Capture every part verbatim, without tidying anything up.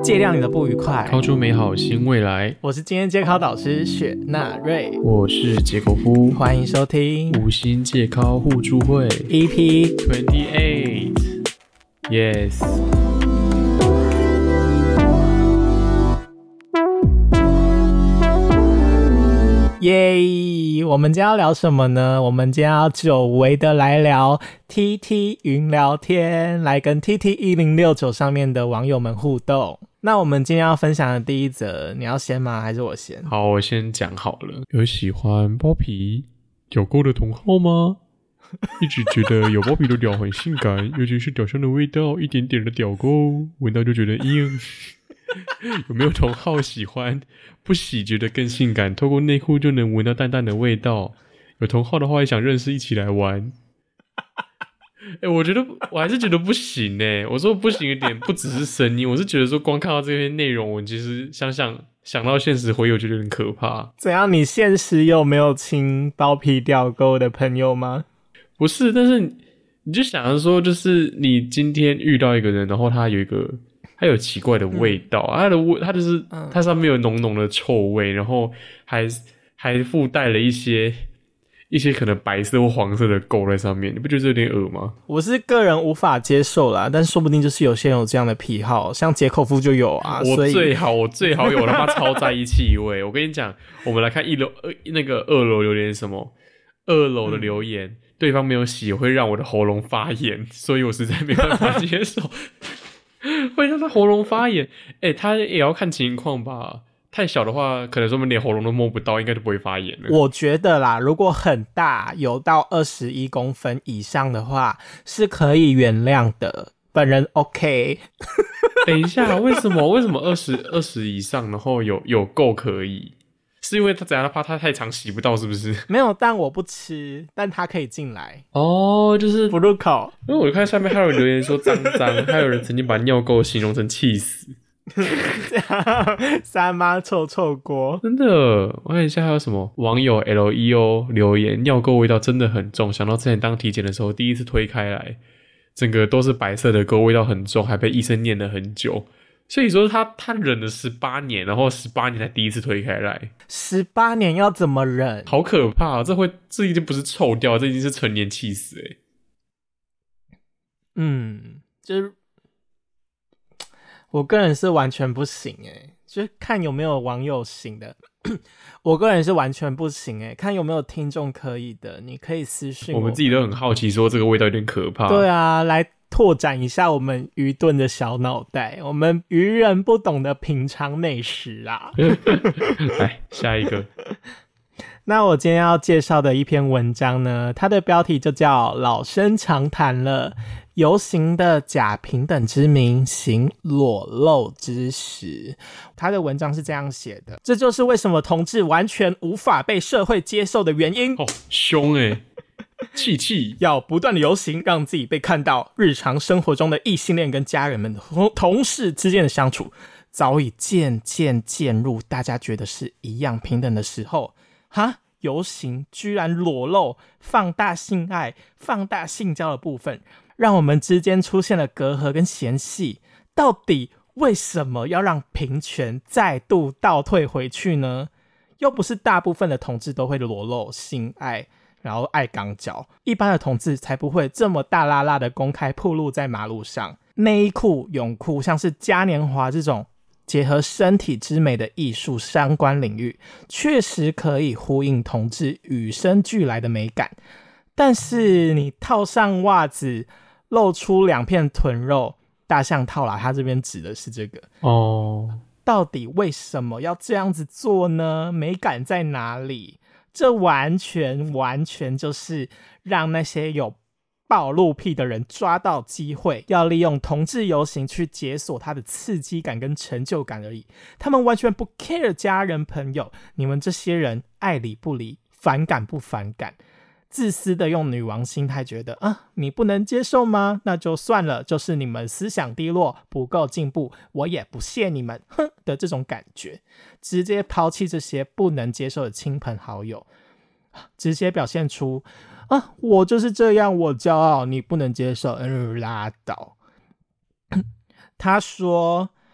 戒掉你的不愉快， 靠出美好新未来。 我是今天戒考导师雪纳瑞， 我是杰口夫， 欢迎收听五星戒考互助会 E P twenty-eight Yes。 耶！我们今天要聊什么呢？我们今天要久违的来聊 T T 云聊天，来跟 T T 一零六九上面的网友们互动。那我们今天要分享的第一则，你要先吗？还是我先？ 好，我先讲好了。有喜欢包皮屌沟的同好吗？一直觉得有包皮的屌很性感，尤其是屌香的味道，一点点的屌沟，闻到就觉得硬。有没有同好喜欢不洗觉得更性感，透过内裤就能闻到淡淡的味道？有同好的话也想认识，一起来玩。欸、我觉得我还是觉得不行欸，我说不行的点不只是声音，我是觉得说光看到这些内容，我其实想想想到现实回忆，我觉得有点可怕。 怎样？你现实有没有亲包皮屌沟的朋友吗？ 不是，但是你就想着说，就是你今天遇到一个人，然后他有一个它有奇怪的味道，嗯、它的味，它就是它上面有浓浓的臭味，然后还还附带了一些一些可能白色或黄色的垢在上面，你不觉得这有点恶吗？ 我是个人无法接受啦，但说不定就是有些人有这样的癖好，像杰口夫就有啊。 我最好我最好有，他妈超在意气味。我跟你讲，我们来看一楼呃那个二楼留言什么，二楼的留言、嗯、对方没有洗会让我的喉咙发炎，所以我实在没办法接受。会让他喉咙发炎，哎、欸，他也要看情况吧。太小的话，可能说我们连喉咙都摸不到，应该就不会发炎了。 我觉得啦，如果很大，有到二十一公分以上的话，是可以原谅的。本人 OK。 等一下，为什么？为什么二十二十以上，然后有有够可以？是因为他怎样？他怕他太长洗不到，是不是？ 没有，但我不吃，但他可以进来。 哦，就是不入口。 因为我看下面还有留言说脏脏，还有人曾经把尿垢形容成气死。 这样三妈臭臭锅， 真的。我看一下还有什么网友 L E O 留言，尿垢味道真的很重。想到之前当体检的时候，第一次推开来，整个都是白色的垢，味道很重，还被医生念了很久。所以说他他忍了十八年，然后十八年才第一次推开来。 十八年要怎么忍？ 好可怕、啊！这会这已经不是臭掉，这已经是成年气死欸。 嗯，就是我个人是完全不行欸，就是看有没有网友行的。我个人是完全不行欸，看有没有听众可以的，你可以私讯我。 我们自己都很好奇，说这个味道有点可怕。 对啊，来拓展一下我们愚钝的小脑袋，我们愚人不懂得品尝美食啊。 来下一个。 那我今天要介绍的一篇文章呢，它的标题就叫老生常谈了，游行的假平等之名，行裸露之实。他的文章是这样写的：这就是为什么同志完全无法被社会接受的原因。 哦，凶欸，气气！ 要不断的游行，让自己被看到。日常生活中的异性恋跟家人们同同事之间的相处，早已渐渐渐入大家觉得是一样平等的时候。哈，游行居然裸露，放大性爱，放大性交的部分，让我们之间出现了隔阂跟嫌隙。到底为什么要让平权再度倒退回去呢？又不是大部分的同志都会裸露性爱，然后爱肛交，一般的同志才不会这么大剌剌的公开暴露在马路上。内衣裤、泳裤，像是嘉年华这种结合身体之美的艺术相关领域，确实可以呼应同志与生俱来的美感。但是你套上袜子，露出两片臀肉，大象套啦，他这边指的是这个哦。 到底为什么要这样子做呢？美感在哪里？这完全完全就是让那些有暴露癖的人抓到机会，要利用同志游行去解锁他的刺激感跟成就感而已。他们完全不 care 家人朋友，你们这些人爱理不理，反感不反感，自私的用女王心态觉得啊，你不能接受吗？那就算了，就是你们思想低落，不够进步，我也不屑你们，哼的这种感觉，直接抛弃这些不能接受的亲朋好友，直接表现出啊，我就是这样，我骄傲，你不能接受，嗯，拉倒。他说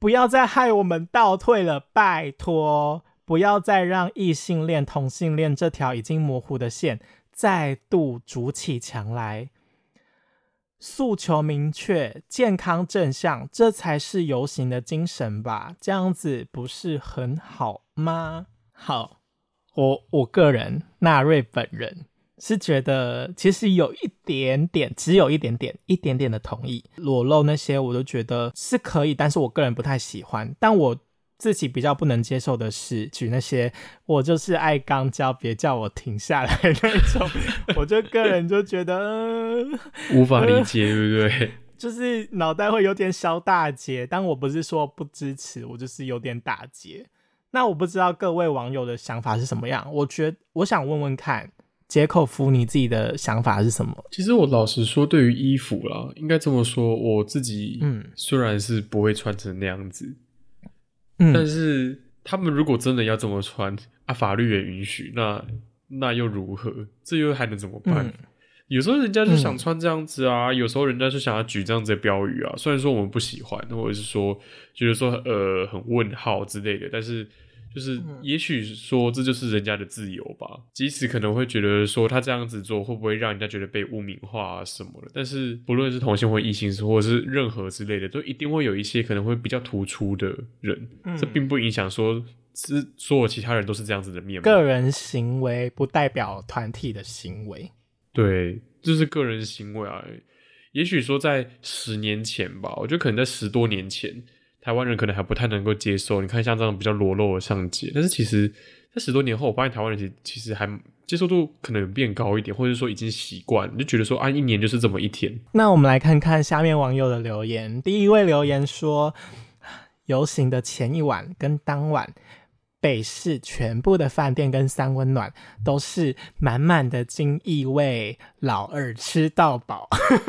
不要再害我们倒退了，拜托，不要再让异性恋同性恋这条已经模糊的线再度筑起墙来。诉求明确，健康正向，这才是游行的精神吧？这样子不是很好吗？好，我我个人纳瑞本人是觉得其实有一点点，只有一点点一点点的同意，裸露那些我都觉得是可以，但是我个人不太喜欢。但我自己比较不能接受的是举那些我就是爱肛交别叫我停下来那种我就个人就觉得、呃、 无法理解、呃、对不对？ 就是脑袋会有点小打结，但我不是说不支持，我就是有点打结。那我不知道各位网友的想法是什么样，我觉得我想问问看杰口夫你自己的想法是什么？ 其实我老实说，对于衣服啦，应该这么说，我自己嗯虽然是不会穿成那样子，嗯，但是他们如果真的要这么穿啊，法律也允许，那那又如何？这又还能怎么办？嗯、有时候人家就想穿这样子啊、嗯，有时候人家就想要举这样子的标语啊。虽然说我们不喜欢，或者是说觉得说呃很问号之类的，但是就是也许说这就是人家的自由吧。即使可能会觉得说他这样子做会不会让人家觉得被污名化啊什么的，但是不论是同性或异性或者是任何之类的，都一定会有一些可能会比较突出的人、嗯、这并不影响说是所有其他人都是这样子的面貌。 个人行为不代表团体的行为。 对，这是个人行为啊。也许说在十年前吧，我觉得可能在十多年前台湾人可能还不太能够接受，你看像这样比较裸露的上街，但是其实在十多年后我发现台湾人其实还接受度可能变高一点，或者说已经习惯，你就觉得说啊一年就是这么一天。 那我们来看看下面网友的留言。第一位留言说，游行的前一晚跟当晚北市全部的饭店跟三温暖都是满满的精意味，老二吃到饱。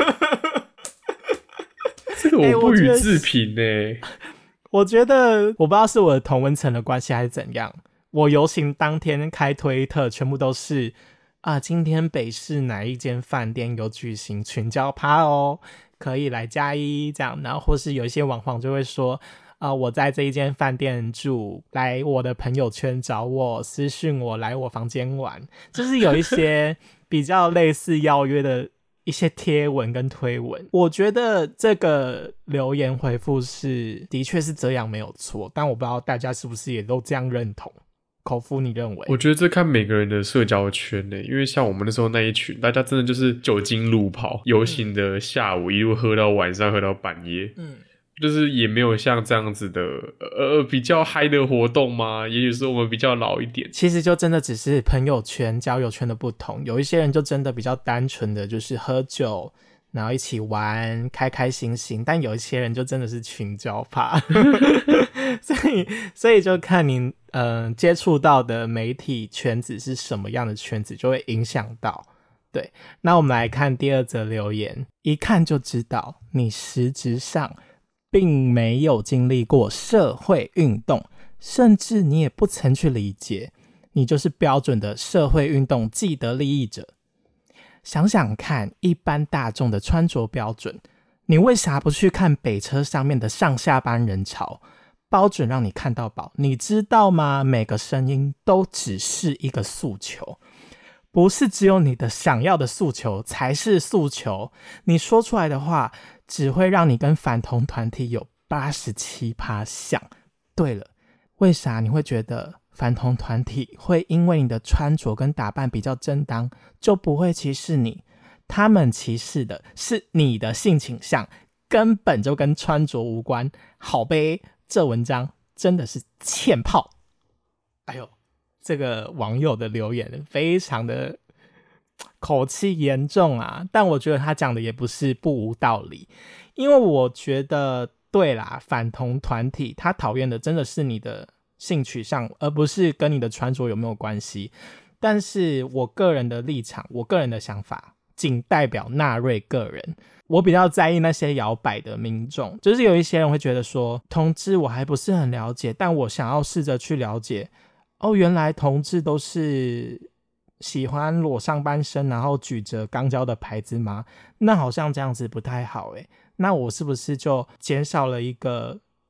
这个我不予置评耶、欸、 我觉得我不知道是我的同温层的关系还是怎样，我游行当天开推特全部都是啊，今天北市哪一间饭店有举行群交趴哦，可以来加一这样。然后或是有一些网红就会说啊，我在这一间饭店住，来我的朋友圈找我，私讯我，来我房间玩，就是有一些比较类似邀约的一些贴文跟推文。我觉得这个留言回复是的确是这样没有错，但我不知道大家是不是也都这样认同。口夫你认为？ 我觉得这看每个人的社交圈呢、欸，因为像我们那时候那一群，大家真的就是酒精路跑，游行的下午一路喝到晚上，喝到半夜，嗯。就是也没有像这样子的呃比较嗨的活动嘛，也许是我们比较老一点。 其实就真的只是朋友圈交友圈的不同，有一些人就真的比较单纯的就是喝酒然后一起玩开开心心，但有一些人就真的是群交趴。所以所以就看你呃接触到的媒体圈子是什么样的圈子，就会影响到。对，那我们来看第二则留言，一看就知道你实质上并没有经历过社会运动，甚至你也不曾去理解，你就是标准的社会运动既得利益者。想想看，一般大众的穿着标准，你为啥不去看北车上面的上下班人潮？包准让你看到饱，你知道吗？每个声音都只是一个诉求，不是只有你的想要的诉求才是诉求，你说出来的话只会让你跟反同团体有 百分之八十七 像。对了，为啥你会觉得反同团体会因为你的穿着跟打扮比较正当就不会歧视你？他们歧视的是你的性倾向，根本就跟穿着无关。好呗，这文章真的是欠炮。哎呦，这个网友的留言非常的口气严重啊，但我觉得他讲的也不是不无道理。因为我觉得对啦，反同团体他讨厌的真的是你的性取向，而不是跟你的穿着有没有关系。但是我个人的立场，我个人的想法仅代表纳瑞个人，我比较在意那些摇摆的民众，就是有一些人会觉得说同志我还不是很了解，但我想要试着去了解，哦，原来同志都是喜欢裸上半身然后举着肛交的牌子吗？那好像这样子不太好耶，那我是不是就减少了一个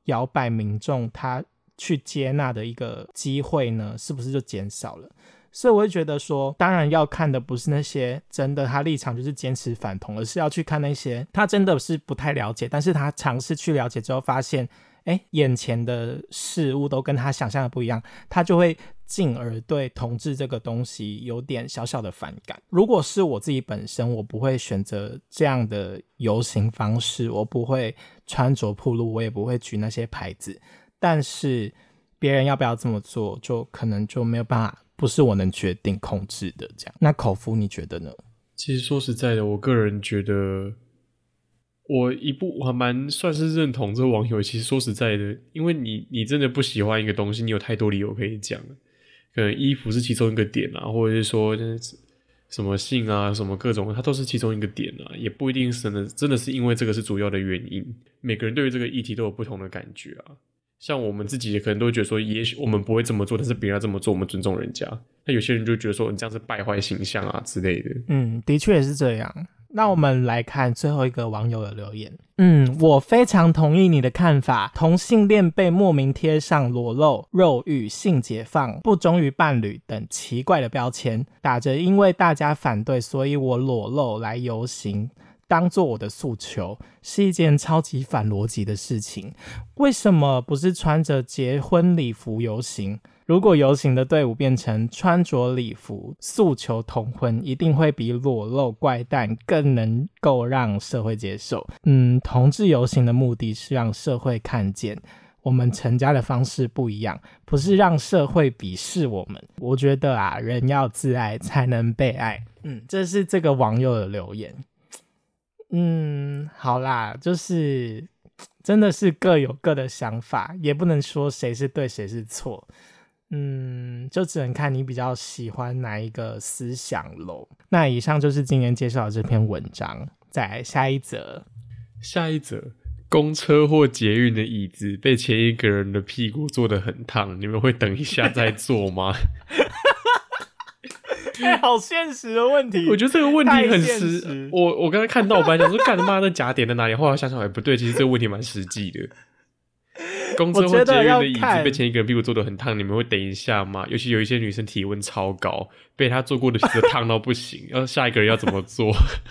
摇摆民众他去接纳的一个机会呢，是不是就减少了？所以我会觉得说，当然要看的不是那些真的他立场就是坚持反同，而是要去看那些他真的是不太了解，但是他尝试去了解之后发现哎，眼前的事物都跟他想象的不一样，他就会进而对同志这个东西有点小小的反感。如果是我自己本身，我不会选择这样的游行方式，我不会穿着暴露，我也不会举那些牌子，但是别人要不要这么做，就可能就没有办法，不是我能决定控制的这样。那口夫你觉得呢？ 其实说实在的，我个人觉得我一部我还蛮算是认同这个网友。其实说实在的，因为你你真的不喜欢一个东西，你有太多理由可以讲，可能衣服是其中一个点啊，或者是说什么性啊什么各种，它都是其中一个点啊，也不一定真的真的是因为这个是主要的原因。每个人对于这个议题都有不同的感觉啊。像我们自己也可能都会觉得说，也许我们不会这么做，但是别人要这么做，我们尊重人家。那有些人就觉得说，你这样是败坏形象啊之类的。 嗯，的确也是这样。那我们来看最后一个网友的留言。嗯，我非常同意你的看法，同性恋被莫名贴上裸露、肉欲、性解放、不忠于伴侣等奇怪的标签，打着因为大家反对，所以我裸露来游行，当做我的诉求，是一件超级反逻辑的事情。为什么不是穿着结婚礼服游行？如果游行的队伍变成穿着礼服诉求同婚，一定会比裸露怪诞更能够让社会接受。嗯，同志游行的目的是让社会看见我们成家的方式不一样，不是让社会鄙视我们。我觉得啊，人要自爱才能被爱。嗯，这是这个网友的留言。嗯，好啦，就是真的是各有各的想法，也不能说谁是对谁是错。嗯，就只能看你比较喜欢哪一个思想咯。那以上就是今天介绍的这篇文章。再来下一则， 下一则，公车或捷运的椅子被前一个人的屁股坐得很烫，你们会等一下再坐吗？ 欸、好现实的问题。 我觉得这个问题很实。我我刚才看到，我本来想说，干他妈的假点在哪里？后来想想也不对，其实这个问题蛮实际的。公车或捷运的椅子被前一个人屁股坐得很烫，你们会等一下吗？尤其有一些女生体温超高，被她坐过的椅子烫到不行，要下一个人要怎么做？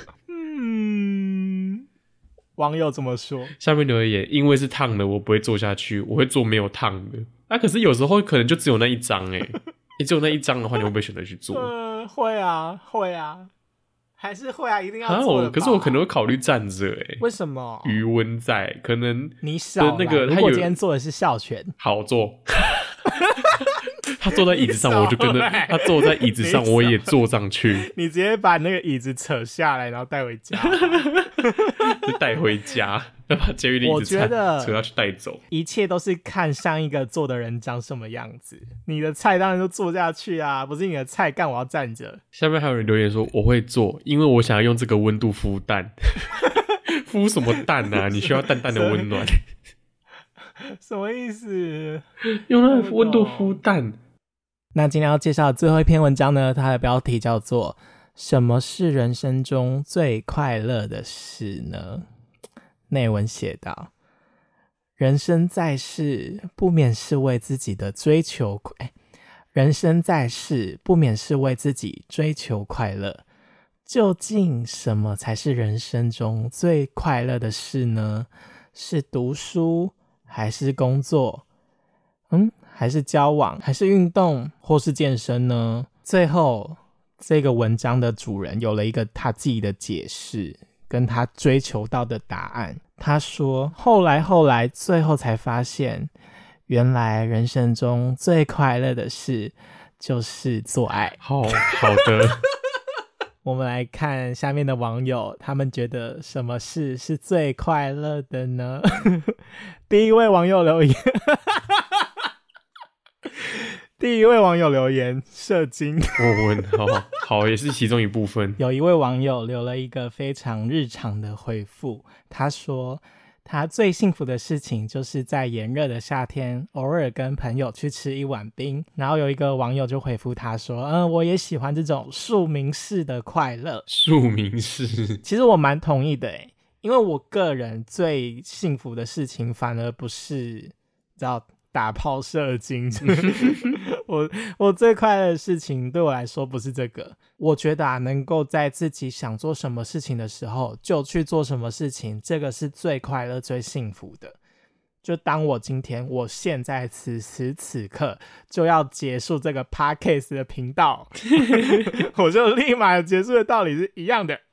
嗯，网友怎么说？ 下面留言，因为是烫的，我不会坐下去，我会坐没有烫的。啊，可是有时候可能就只有那一张哎、欸，你只有那一张的话，你会不会选择去做？ 呃，会啊，会啊。还是会啊，一定要做的吧。 可是我可能会考虑站着诶。 为什么？ 余温在，可能你少那个。 如果今天坐的是校犬， 好坐。他坐在椅子上，我就跟着他坐在椅子上，我也坐上去。 你直接把那个椅子扯下来，然后带回家， 就带回家，要把捷运的椅子我觉得扯下去带走。 一切都是看上一个坐的人长什么样子。你的菜当然就坐下去啊，不是你的菜干我要站着。 下面还有人留言说我会坐，因为我想要用这个温度孵蛋。孵什么蛋啊？你需要淡淡的温暖。 什么意思？ 用那个温度孵蛋。 那今天要介绍的最后一篇文章呢，它的标题叫做什么是人生中最快乐的事呢？内文写道，人生在世不免是为自己的追求、欸、人生在世不免是为自己追求快乐，究竟什么才是人生中最快乐的事呢？是读书还是工作？嗯，还是交往，还是运动，或是健身呢？最后这个文章的主人有了一个他自己的解释，跟他追求到的答案。他说后来后来最后才发现，原来人生中最快乐的事就是做爱。 好好的。 我们来看下面的网友，他们觉得什么事是最快乐的呢？第一位网友留言第一位网友留言射精。 我问好好也是其中一部分。 有一位网友留了一个非常日常的回复，他说他最幸福的事情就是在炎热的夏天偶尔跟朋友去吃一碗冰。然后有一个网友就回复他说嗯，我也喜欢这种庶民式的快乐。 庶民式， 其实我蛮同意的耶， 因为我个人最幸福的事情反而不是你知道打炮射精我我最快乐的事情对我来说不是这个，我觉得啊，能够在自己想做什么事情的时候就去做什么事情，这个是最快乐最幸福的。就当我今天我现在此时此刻就要结束这个 podcast 的频道我就立马结束的道理是一样的